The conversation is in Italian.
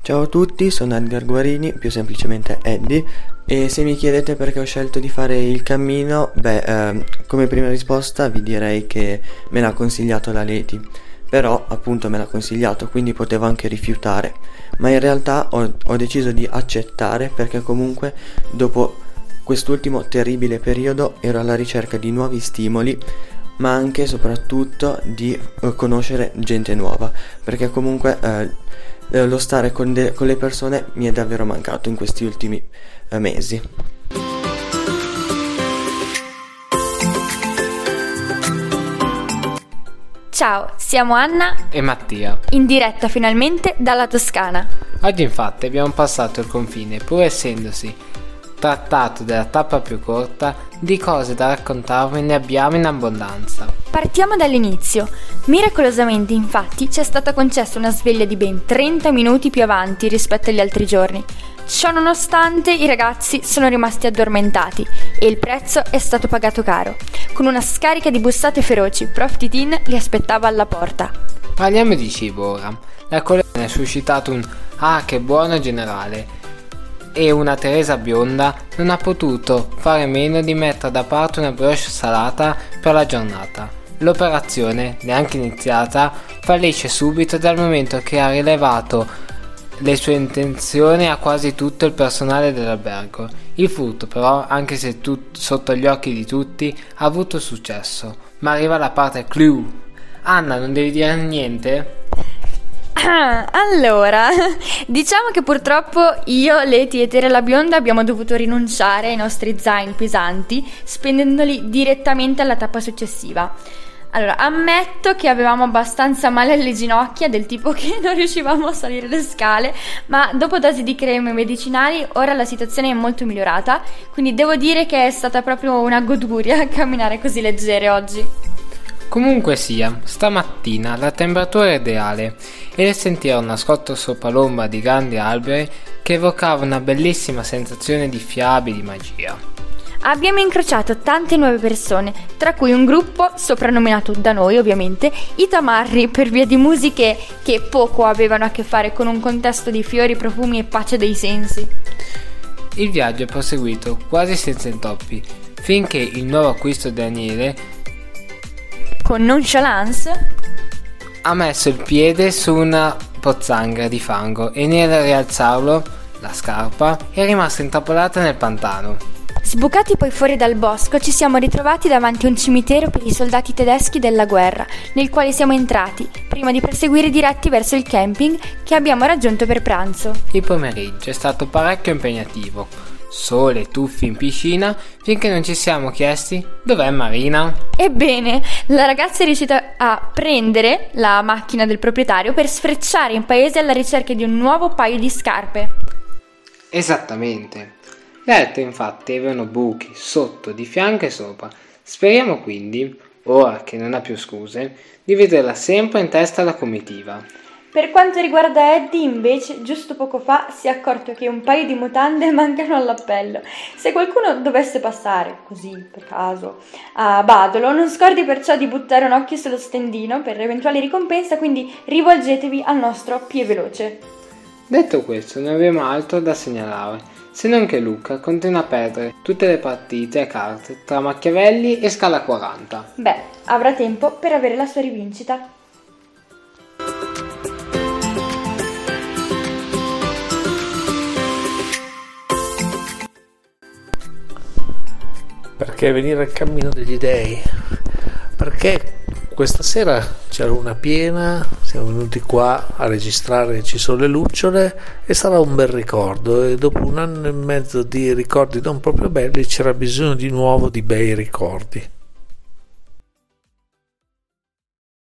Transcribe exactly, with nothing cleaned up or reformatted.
Ciao a tutti, sono Edgar Guarini, più semplicemente Eddie, e se mi chiedete perché ho scelto di fare il cammino, beh, eh, come prima risposta vi direi che me l'ha consigliato la Leti, però appunto me l'ha consigliato, quindi potevo anche rifiutare, ma in realtà ho, ho deciso di accettare perché comunque dopo quest'ultimo terribile periodo ero alla ricerca di nuovi stimoli, ma anche e soprattutto di eh, conoscere gente nuova, perché comunque eh, lo stare con, de- con le persone mi è davvero mancato in questi ultimi eh, mesi. Ciao, siamo Anna e Mattia, in diretta finalmente dalla Toscana. Oggi infatti abbiamo passato il confine, pur essendosi trattato della tappa più corta, di cose da raccontarvi ne abbiamo in abbondanza. Partiamo dall'inizio. Miracolosamente, infatti, ci è stata concessa una sveglia di ben trenta minuti più avanti rispetto agli altri giorni. Ciò nonostante, i ragazzi sono rimasti addormentati e il prezzo è stato pagato caro. Con una scarica di bussate feroci, Prof Titin li aspettava alla porta. Parliamo di cibo ora. La colazione ha suscitato un "ah che buono" generale, e una Teresa bionda non ha potuto fare meno di mettere da parte una brioche salata per la giornata. L'operazione, neanche iniziata, fallisce subito dal momento che ha rilevato le sue intenzioni a quasi tutto il personale dell'albergo. Il furto però, anche se tut- sotto gli occhi di tutti, ha avuto successo. Ma arriva la parte clou. Anna, non devi dire niente? Ah, allora, diciamo che purtroppo io, Leti e Tere la bionda abbiamo dovuto rinunciare ai nostri zaini pesanti, spendendoli direttamente alla tappa successiva. Allora, ammetto che avevamo abbastanza male alle ginocchia, del tipo che non riuscivamo a salire le scale, ma dopo dosi di creme medicinali ora la situazione è molto migliorata, quindi devo dire che è stata proprio una goduria camminare così leggere oggi. Comunque sia, stamattina la temperatura è ideale e sentivo nascosto sopra l'ombra di grandi alberi che evocava una bellissima sensazione di fiabe e di magia. Abbiamo incrociato tante nuove persone, tra cui un gruppo soprannominato da noi ovviamente i Tamarri, per via di musiche che poco avevano a che fare con un contesto di fiori, profumi e pace dei sensi. Il viaggio è proseguito quasi senza intoppi, finché il nuovo acquisto di Daniele, con nonchalance, ha messo il piede su una pozzanghera di fango e nel rialzarlo la scarpa è rimasta intrappolata nel pantano. Sbucati poi fuori dal bosco ci siamo ritrovati davanti a un cimitero per i soldati tedeschi della guerra, nel quale siamo entrati, prima di proseguire diretti verso il camping che abbiamo raggiunto per pranzo. Il pomeriggio è stato parecchio impegnativo, sole e tuffi in piscina, finché non ci siamo chiesti dov'è Marina. Ebbene, la ragazza è riuscita a prendere la macchina del proprietario per sfrecciare in paese alla ricerca di un nuovo paio di scarpe. Esattamente. Le altre infatti avevano buchi sotto, di fianco e sopra. Speriamo quindi, ora che non ha più scuse, di vederla sempre in testa alla comitiva. Per quanto riguarda Eddie, invece, giusto poco fa si è accorto che un paio di mutande mancano all'appello. Se qualcuno dovesse passare, così per caso, a Badolo, non scordi perciò di buttare un occhio sullo stendino per eventuali ricompensa, quindi rivolgetevi al nostro Pie Veloce. Detto questo, non abbiamo altro da segnalare, se non che Luca continua a perdere tutte le partite a carte tra Machiavelli e Scala quaranta. Beh, avrà tempo per avere la sua rivincita. Perché venire al cammino degli dei? Perché questa sera c'è luna piena, siamo venuti qua a registrare Ci sono le lucciole e sarà un bel ricordo, e dopo un anno e mezzo di ricordi non proprio belli c'era bisogno di nuovo di bei ricordi.